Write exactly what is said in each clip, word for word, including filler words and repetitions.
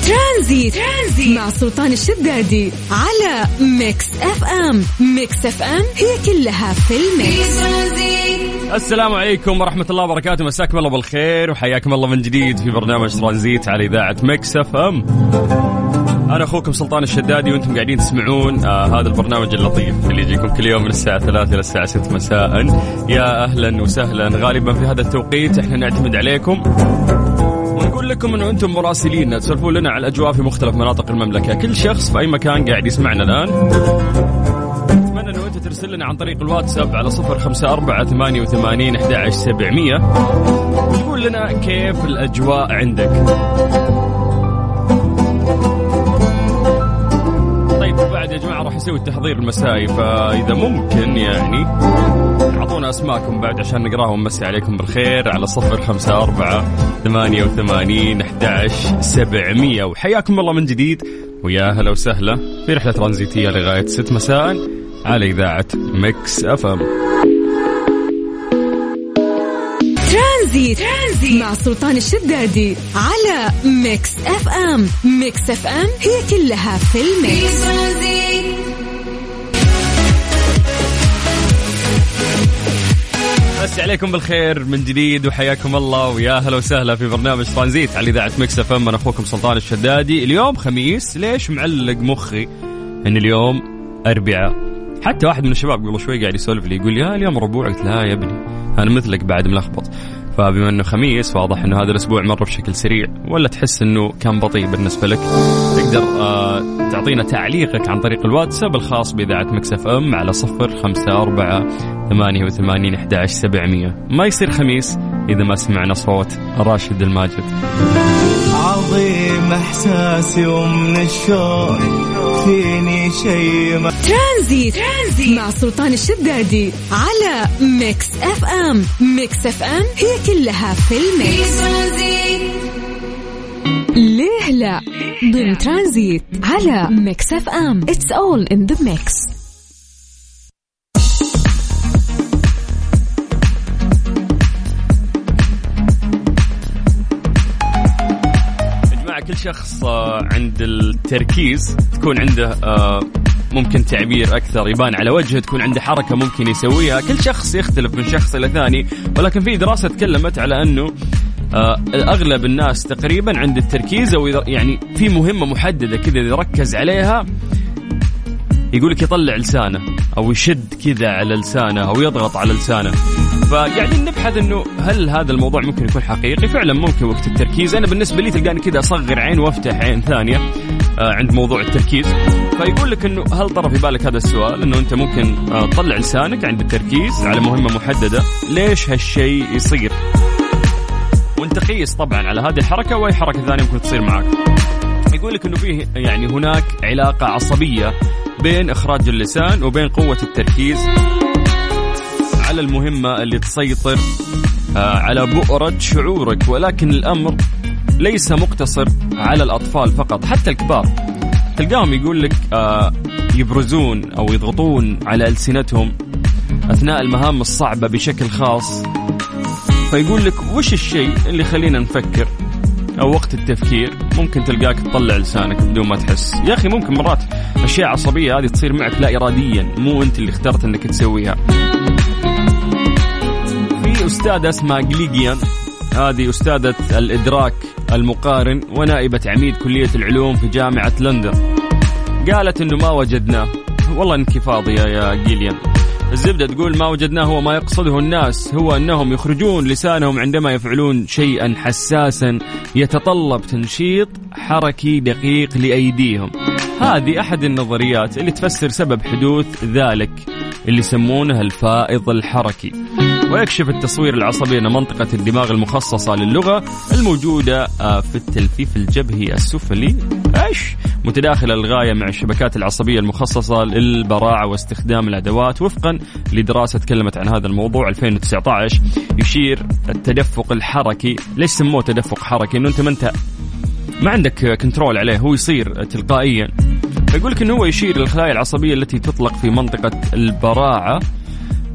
ترانزيت, ترانزيت مع سلطان الشدادي على ميكس اف ام. ميكس اف ام هي كلها في الميكس. السلام عليكم ورحمة الله وبركاته، مساكم الله بالخير وحياكم الله من جديد في برنامج ترانزيت على إذاعة ميكس اف ام. أنا أخوكم سلطان الشدادي وأنتم قاعدين تسمعون آه هذا البرنامج اللطيف اللي يجيكم كل يوم من الساعة ثلاثة إلى الساعة ستة مساء. يا أهلا وسهلا. غالبا في هذا التوقيت إحنا نعتمد عليكم ونقول لكم أنه أنتم مراسلين تسولفون لنا على الأجواء في مختلف مناطق المملكة. كل شخص في أي مكان قاعد يسمعنا الآن أتمنى أنه أنت ترسل لنا عن طريق الواتساب على صفر خمسة أربعة ثمانية وثمانين أحد عشر سبعمية وتقول لنا كيف الأجواء عندك. طيب بعد يا جماعة راح يسوي التحضير المسائي، فإذا ممكن يعني أعطونا أسماءكم بعد عشان نقراهم. مسي عليكم بالخير على صفر خمسة أربعة ثمانية وثمانين أحد عشر سبعمية. وحياكم الله من جديد ويا هلا وسهلا في رحلة ترانزيتية لغاية ست مساء على إذاعة ميكس أف أم. ترانزيت, ترانزيت مع سلطان الشدادي على ميكس اف ام. ميكس اف ام هي كلها في الميكس. مسي عليكم بالخير من جديد وحياكم الله ويا هلا وسهلا في برنامج ترانزيت على إذاعة ميكس اف ام. أنا أخوكم سلطان الشدادي. اليوم خميس، ليش معلق مخي إن اليوم أربعاء؟ حتى واحد من الشباب قبل شوي قاعد يسولف لي يقول يا اليوم ربوع، قلت لا يا ابني أنا مثلك بعد ملخبط. فبما أنه خميس واضح أنه هذا الأسبوع مر بشكل سريع، ولا تحس أنه كان بطيء بالنسبة لك؟ تقدر آه تعطينا تعليقك عن طريق الواتساب الخاص بإذاعة ميكس اف ام على صفر خمسة أربعة ثمانية وثمانين أحد عشر سبعمية. ما يصير خميس إذا ما سمعنا صوت راشد الماجد. عظيم إحساسي ومن الشوق فيني شيء ما... ترانزيت, ترانزيت مع سلطان الشدادي على ميكس اف ام. ميكس اف ام هي كلها في الميكس. ليه لا ضمن ترانزيت على ميكس اف ام. It's all in the mix. كل شخص عند التركيز تكون عنده ممكن تعبير أكثر يبان على وجهه، تكون عنده حركة ممكن يسويها. كل شخص يختلف من شخص إلى ثاني، ولكن في دراسة تكلمت على أنه أغلب الناس تقريبا عند التركيز أو يعني في مهمة محددة كذا يركز عليها يقولك يطلع لسانه أو يشد كذا على لسانه أو يضغط على لسانه. فقاعدين نبحث إنه هل هذا الموضوع ممكن يكون حقيقي؟ فعلا ممكن وقت التركيز. أنا بالنسبة لي تلقاني كذا أصغر عين وأفتح عين ثانية آه عند موضوع التركيز. فيقول لك إنه هل طرى في بالك هذا السؤال إنه أنت ممكن آه تطلع لسانك عند التركيز على مهمة محددة؟ ليش هالشيء يصير؟ وأنت قيس طبعا على هذه الحركة وأي حركة ثانية ممكن تصير معك. يقول لك إنه فيه يعني هناك علاقة عصبية بين إخراج اللسان وبين قوة التركيز على المهمة اللي تسيطر على بؤرة شعورك. ولكن الأمر ليس مقتصر على الأطفال فقط، حتى الكبار تلقاهم يقول لك يبرزون أو يضغطون على ألسنتهم أثناء المهام الصعبة بشكل خاص. فيقول لك وش الشيء اللي خلينا نفكر أو وقت التفكير ممكن تلقاك تطلع لسانك بدون ما تحس. يا أخي ممكن مرات أشياء عصبية هذه تصير معك لا إراديا، مو أنت اللي اخترت أنك تسويها. في أستاذة اسمها جليجيان، هذه أستاذة الإدراك المقارن ونائبة عميد كلية العلوم في جامعة لندن، قالت إنه ما وجدناه. والله إنك فاضية يا جيليان. الزبدة تقول ما وجدناه هو ما يقصده الناس، هو أنهم يخرجون لسانهم عندما يفعلون شيئا حساسا يتطلب تنشيط حركي دقيق لأيديهم. هذه أحد النظريات اللي تفسر سبب حدوث ذلك اللي يسمونه الفائض الحركي. ويكشف التصوير العصبي أن منطقة الدماغ المخصصة للغة الموجودة في التلفيف الجبهي السفلي إيش متداخلة للغاية مع الشبكات العصبية المخصصة للبراعة واستخدام الأدوات. وفقا لدراسة تكلمت عن هذا الموضوع ألفين وتسعة عشر، يشير التدفق الحركي، ليش سموه تدفق حركي؟ إنه أنت ما أنت ما عندك كنترول عليه، هو يصير تلقائيا. فيقولك إنه هو يشير للخلايا العصبية التي تطلق في منطقة البراعة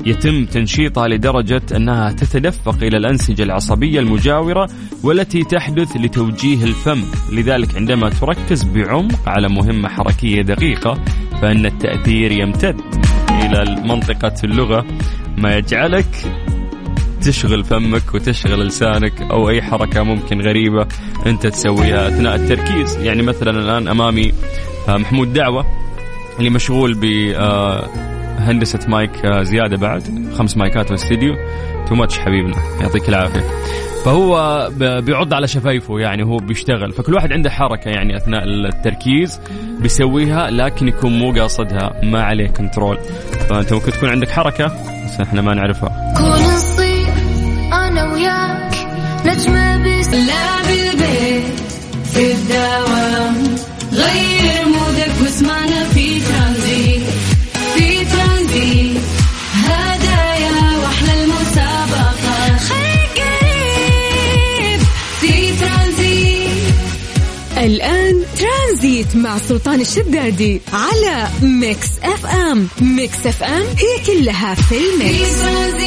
يتم تنشيطها لدرجة أنها تتدفق إلى الأنسجة العصبية المجاورة والتي تحدث لتوجيه الفم. لذلك عندما تركز بعمق على مهمة حركية دقيقة فإن التأثير يمتد إلى منطقة اللغة، ما يجعلك تشغل فمك وتشغل لسانك أو أي حركة ممكن غريبة أنت تسويها أثناء التركيز. يعني مثلا الآن أمامي محمود دعوة اللي مشغول بهندسة مايك زيادة، بعد خمس مايكات في الاستديو، تو ماتش حبيبنا يعطيك العافية. فهو بيعض على شفايفه، يعني هو بيشتغل. فكل واحد عنده حركة يعني أثناء التركيز بيسويها، لكن يكون مو قاصدها، ما عليه كنترول. فأنت ممكن تكون عندك حركة بس احنا ما نعرفها. أنا وياك نجمة بس لا بالبيت في الدوام، غير مودك واسمعنا في ترانزيت. في ترانزيت هدايا وأحلى المسابقة، خليك قريب في ترانزيت. الآن ترانزيت مع سلطان الشدادي على ميكس اف ام. ميكس اف ام هي كلها في الميكس.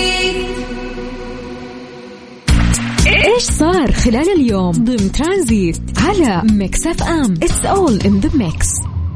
إيش صار خلال اليوم ضمن ترانزيت على ميكس اف ام. It's all in the mix.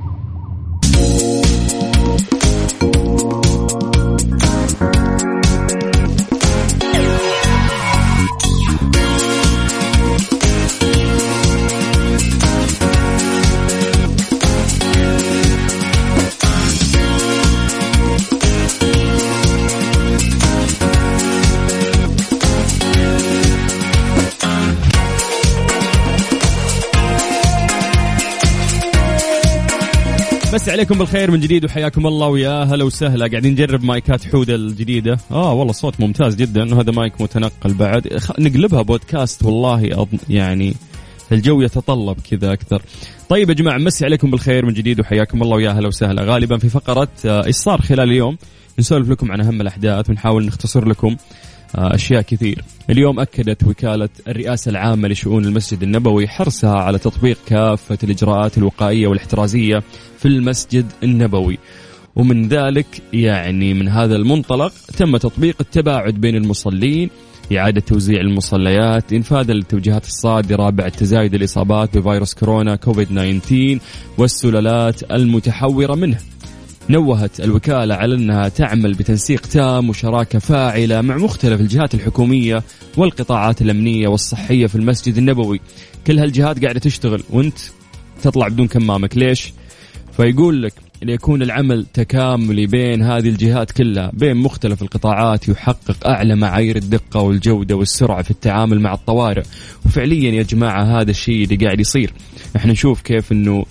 بس عليكم بالخير من جديد وحياكم الله ويا هلا وسهلا. قاعدين نجرب مايكات حودة الجديدة. اه والله صوت ممتاز جدا، وهذا مايك متنقل بعد. نقلبها بودكاست والله يعني الجو يتطلب كذا أكثر. طيب يا جماعة مسي عليكم بالخير من جديد وحياكم الله ويا هلا وسهلا. غالبا في فقرة إيش صار خلال اليوم نسولف لكم عن أهم الأحداث ونحاول نختصر لكم أشياء كثير. اليوم أكدت وكالة الرئاسة العامة لشؤون المسجد النبوي حرصها على تطبيق كافة الإجراءات الوقائية والاحترازية في المسجد النبوي، ومن ذلك يعني من هذا المنطلق تم تطبيق التباعد بين المصلين، إعادة توزيع المصليات، إنفاذا للتوجيهات الصادرة بعد تزايد الإصابات بفيروس كورونا كوفيد تسعة عشر والسلالات المتحورة منه. نوهت الوكالة على أنها تعمل بتنسيق تام وشراكة فاعلة مع مختلف الجهات الحكومية والقطاعات الأمنية والصحية في المسجد النبوي. كل هالجهات قاعدة تشتغل وانت تطلع بدون كمامك. ليش؟ فيقول لك ليكون العمل تكاملي بين هذه الجهات كلها، بين مختلف القطاعات، يحقق أعلى معايير الدقة والجودة والسرعة في التعامل مع الطوارئ. وفعليا يا جماعة هذا الشيء اللي قاعد يصير. احنا نشوف كيف انه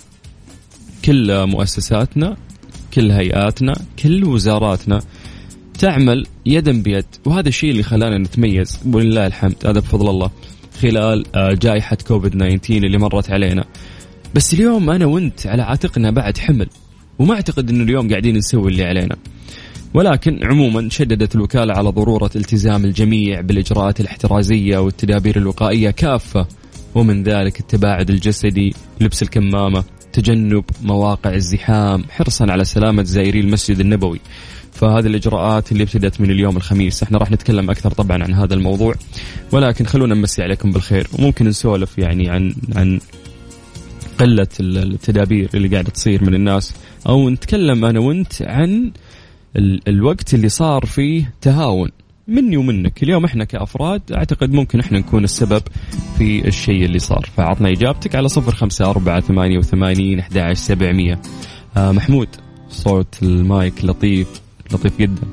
كل مؤسساتنا، كل هيئاتنا، كل وزاراتنا تعمل يدا بيد، وهذا الشيء اللي خلانا نتميز ولله الحمد، هذا بفضل الله خلال جائحة كوفيد تسعة عشر اللي مرت علينا. بس اليوم أنا وانت على عاتقنا بعد حمل، وما أعتقد أنه اليوم قاعدين نسوي اللي علينا. ولكن عموما شددت الوكالة على ضرورة التزام الجميع بالإجراءات الاحترازية والتدابير الوقائية كافة، ومن ذلك التباعد الجسدي، لبس الكمامة، تجنب مواقع الزحام، حرصا على سلامة زائري المسجد النبوي. فهذه الإجراءات اللي ابتدت من اليوم الخميس. احنا راح نتكلم أكثر طبعا عن هذا الموضوع، ولكن خلونا نمسي عليكم بالخير، وممكن نسولف يعني عن عن قلة التدابير اللي قاعدة تصير من الناس، أو نتكلم أنا وانت عن ال الوقت اللي صار فيه تهاون مني ومنك. اليوم احنا كأفراد أعتقد ممكن احنا نكون السبب في الشيء اللي صار. فعطنا إجابتك على صفر خمسة أربعة ثمانية وثمانين أحد عشر سبعمية. آه محمود صوت المايك لطيف لطيف جدا.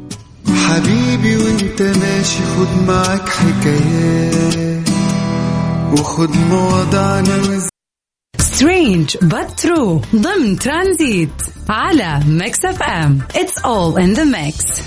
حبيبي وانت ماشي خد معك حكايات وخد مواضعنا Strange but true ضمن ترانزيت على ميكس اف ام. It's all in the mix.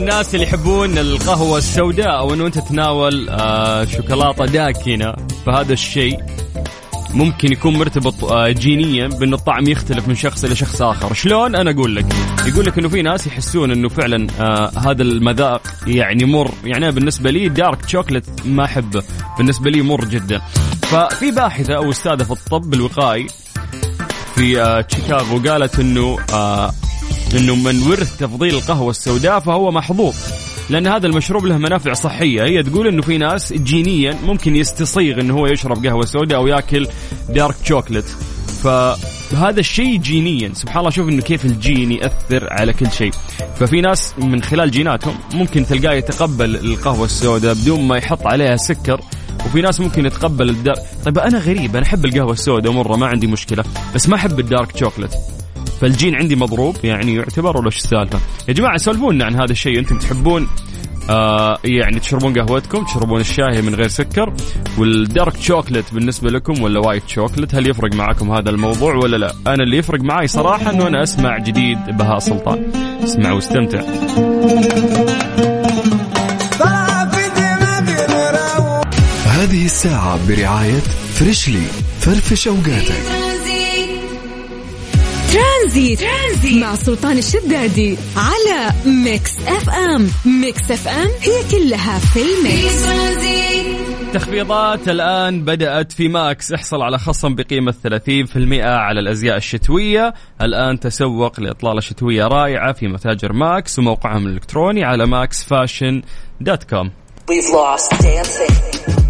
الناس اللي يحبون القهوة السوداء أو أنه أنت تناول آه شوكولاتة داكنة، فهذا الشيء ممكن يكون مرتبط جينيا بأن الطعم يختلف من شخص إلى شخص آخر. شلون؟ أنا أقول لك، يقول لك أنه في ناس يحسون أنه فعلا آه هذا المذاق يعني مر، يعني أنا بالنسبة لي دارك شوكلت ما أحبه، بالنسبة لي مر جدا. ففي باحثة أو أستاذة في الطب الوقائي في آه شيكاغو قالت أنه آه أنه من ورث تفضيل القهوة السوداء فهو محظوظ، لأن هذا المشروب له منافع صحية. هي تقول إنه في ناس جينيا ممكن يستصيغ إنه هو يشرب قهوة سوداء أو يأكل دارك شوكلت، فهذا الشيء جينيا. سبحان الله، شوف إنه كيف الجين يأثر على كل شيء. ففي ناس من خلال جيناتهم ممكن تلقاه يتقبل القهوة السوداء بدون ما يحط عليها سكر، وفي ناس ممكن يتقبل الدارك. طيب أنا غريب، أنا أحب القهوة السوداء مرة ما عندي مشكلة، بس ما أحب الدارك شوكلت، فالجين عندي مضروب يعني يعتبر ولا ايش السالفه؟ يا جماعه سولفونا عن هذا الشيء. انتم تحبون آه يعني تشربون قهوتكم، تشربون الشاي من غير سكر، والدارك شوكلت بالنسبه لكم ولا وايت شوكلت؟ هل يفرق معكم هذا الموضوع ولا لا؟ انا اللي يفرق معي صراحه انه انا اسمع جديد بهاء سلطان. اسمع واستمتع. هذه الساعه برعايه فريشلي، فرفش اوقاتك. ترانزيت. ترانزيت مع سلطان الشدادي على ميكس اف ام. ميكس اف ام هي كلها في الميكس. تخفيضات الآن بدأت في ماكس. احصل على خصم بقيمة ثلاثين بالمئة على الأزياء الشتوية. الآن تسوق لإطلالة شتوية رائعة في متاجر ماكس وموقعهم الإلكتروني على ماكس فاشن دوت كوم.